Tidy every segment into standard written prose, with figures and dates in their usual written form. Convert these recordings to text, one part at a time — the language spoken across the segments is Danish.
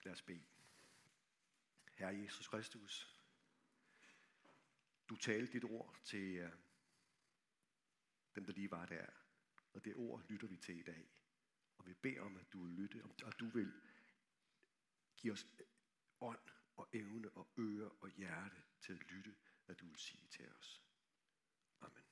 Lad os bede. Herre Jesus Kristus, du talte dit ord til dem, der lige var der. Og det ord lytter vi til i dag. Og vi beder om, at du vil lytte, og du vil give os ånd og evne og øre og hjerte til at lytte, hvad du vil sige til os. Amen.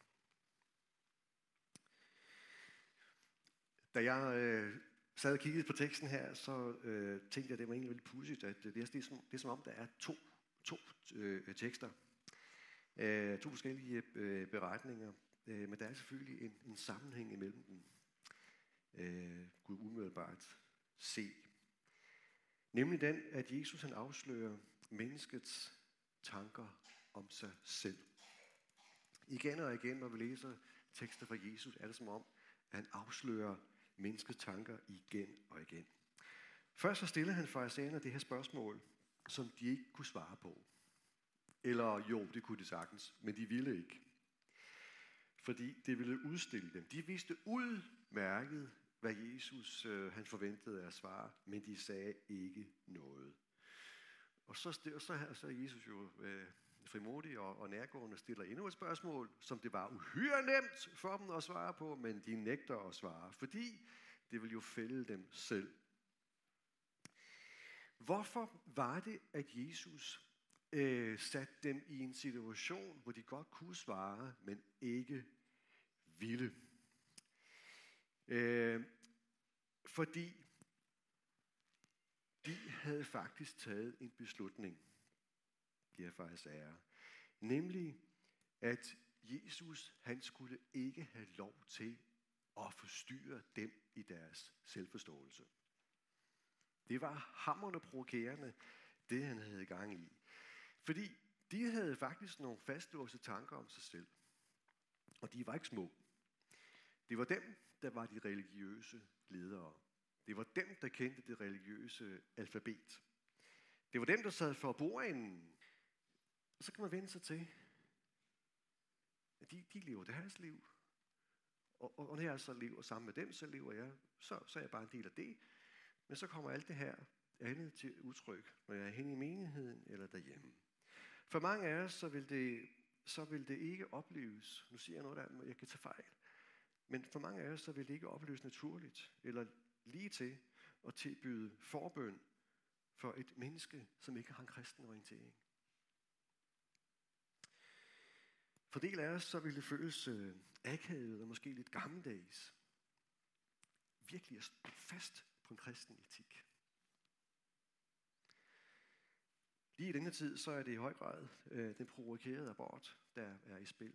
Da jeg sad og kiggede på teksten her, så tænkte jeg, at det var egentlig lidt pudsigt, at det er som om, der er to tekster. To forskellige beretninger, men der er selvfølgelig en sammenhæng imellem dem. Gud umiddelbart se. Nemlig den, at Jesus han afslører menneskets tanker om sig selv. Igen og igen, når vi læser tekster fra Jesus, er det som om, at han afslører menneskets tanker igen og igen. Først så stiller han farisæerne det her spørgsmål, som de ikke kunne svare på. Eller jo, det kunne de sagtens, men de ville ikke. Fordi det ville udstille dem. De vidste udmærket, hvad Jesus han forventede at svare, men de sagde ikke noget. Og så er Jesus jo frimodig og nærgående stiller endnu et spørgsmål, som det var uhyre nemt for dem at svare på, men de nægter at svare, fordi det vil jo fælde dem selv. Hvorfor var det, at Jesus satte dem i en situation, hvor de godt kunne svare, men ikke ville? Fordi de havde faktisk taget en beslutning, de her farisæere, nemlig at Jesus han skulle ikke have lov til at forstyrre dem i deres selvforståelse. Det var hamrende provokerende, det han havde gang i. Fordi de havde faktisk nogle fastlåste tanker om sig selv. Og de var ikke små. Det var dem, der var de religiøse ledere. Det var dem, der kendte det religiøse alfabet. Det var dem, der sad for bordenden. Og så kan man vende sig til, at de lever deres liv. Og når jeg så lever sammen med dem, så lever jeg, så er jeg bare en del af det. Men så kommer alt det her andet til udtryk, når jeg er henne i menigheden eller derhjemme. For mange af os, så vil det ikke opleves, nu siger jeg noget der, jeg kan tage fejl, men for mange af os, så vil det ikke opleves naturligt, eller lige til at tilbyde forbøn for et menneske, som ikke har en kristen orientering. For del af os, så vil det føles akavet og måske lidt gammeldags. Virkelig at stå fast på en kristen etik. Lige i denne tid, så er det i høj grad den provokerede abort, der er i spil.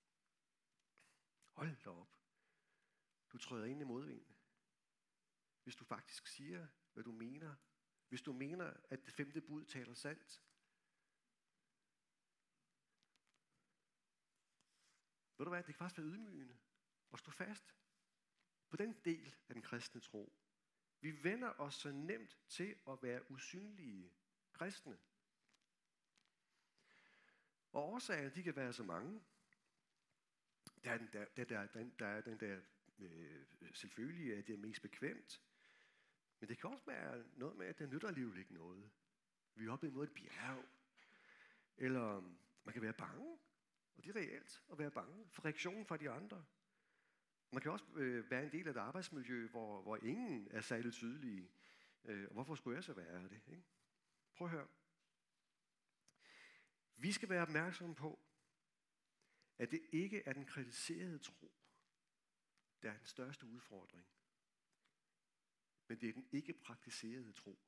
Hold da op. Du træder ind i modvind. Hvis du faktisk siger, hvad du mener. Hvis du mener, at det 5. bud taler sandt. Ved du hvad, det kan faktisk være ydmygende at stå fast på den del af den kristne tro. Vi vender os så nemt til at være usynlige kristne. Og årsagerne, de kan være så mange. Der er den der selvfølgelig, at det er mest bekvemt. Men det kan også være noget med, at det nytter alligevel ikke noget. Vi er oppe imod et bjerg. Eller man kan være bange. Og det er reelt at være bange for reaktionen fra de andre. Man kan også være en del af et arbejdsmiljø, hvor ingen er særligt tydelige. Og hvorfor skulle jeg så være det? Ikke? Prøv at høre. Vi skal være opmærksomme på, at det ikke er den kritiserede tro, der er den største udfordring. Men det er den ikke praktiserede tro.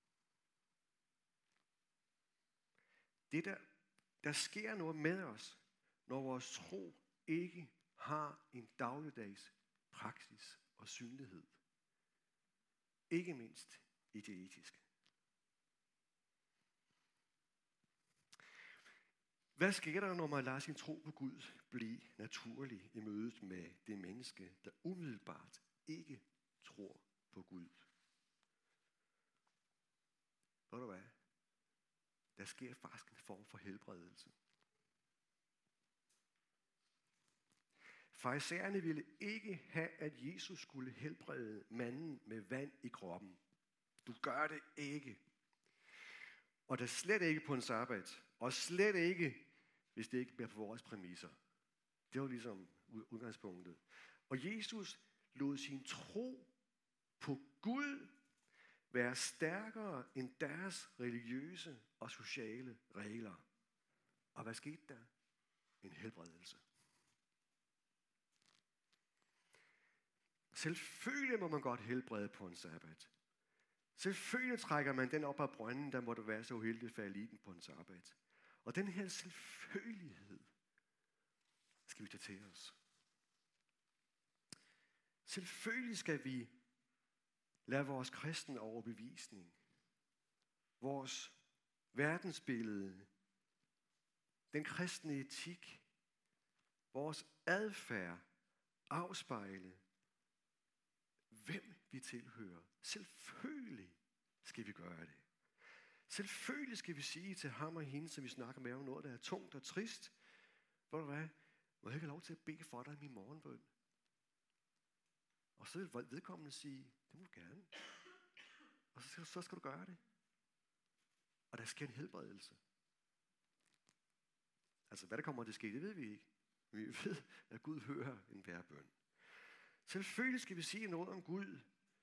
Det der sker noget med os, når vores tro ikke har en dagligdags praksis og synlighed. Ikke mindst i det etiske. Hvad sker der, når man lader sin tro på Gud blive naturlig i mødet med det menneske, der umiddelbart ikke tror på Gud? Ved du hvad? Der sker faktisk en form for helbredelse. Farisæerne ville ikke have, at Jesus skulle helbrede manden med vand i kroppen. Du gør det ikke. Og det er slet ikke på en sabbat. Og slet ikke, hvis det ikke bliver på vores præmisser. Det var ligesom udgangspunktet. Og Jesus lod sin tro på Gud være stærkere end deres religiøse og sociale regler. Og hvad skete der? En helbredelse. Selvfølgelig må man godt helbrede på en sabbat. Selvfølgelig trækker man den op af brønden, der måtte være så uheldig at falde i den på en sabbat. Og den her selvfølgelighed skal vi tage til os. Selvfølgelig skal vi lade vores kristne overbevisning, vores verdensbillede, den kristne etik, vores adfærd afspejle, hvem vi tilhører. Selvfølgelig skal vi gøre det. Selvfølgelig skal vi sige til ham og hende, som vi snakker med om noget, der er tungt og trist, hvor du hvad, må jeg ikke have lov til at bede for dig i min morgenbøn? Og så vil vedkommende sige, det må du gerne. Og så skal du gøre det. Og der sker en helbredelse. Altså, hvad der kommer til at ske, det ved vi ikke. Men vi ved, at Gud hører enhver bøn. Selvfølgelig skal vi sige noget om Gud.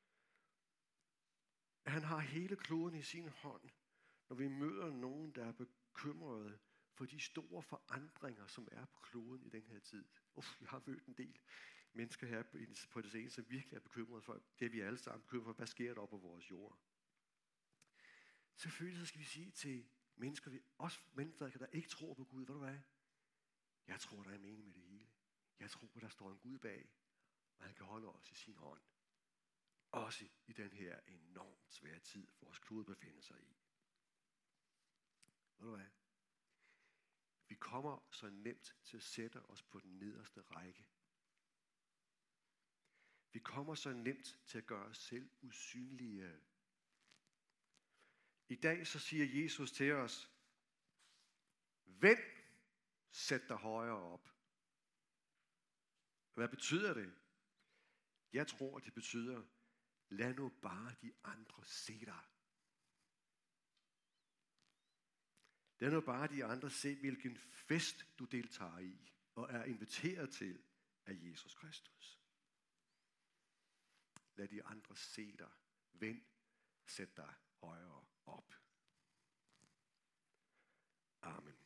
At han har hele kloden i sin hånd, når vi møder nogen, der er bekymrede for de store forandringer, som er på kloden i den her tid. Jeg har mødt en del mennesker her på det seneste, som virkelig er bekymrede for, det er vi alle sammen bekymrede for, hvad sker der op på vores jord. Selvfølgelig så skal vi sige til mennesker, også mennesker, der ikke tror på Gud, ved du hvad? Jeg tror, der er mening med det hele. Jeg tror, der står en Gud bag, og han kan holde os i sin hånd. Også i den her enormt svære tid, vores klode befinder sig i. Ved du hvad? Vi kommer så nemt til at sætte os på den nederste række. Vi kommer så nemt til at gøre os selv usynlige. I dag så siger Jesus til os, vend, sæt dig højere op. Hvad betyder det? Jeg tror, det betyder, lad nu bare de andre se dig. Lad nu bare de andre se, hvilken fest du deltager i og er inviteret til af Jesus Kristus. Lad de andre se dig. Vend, sæt dig højere op. Amen.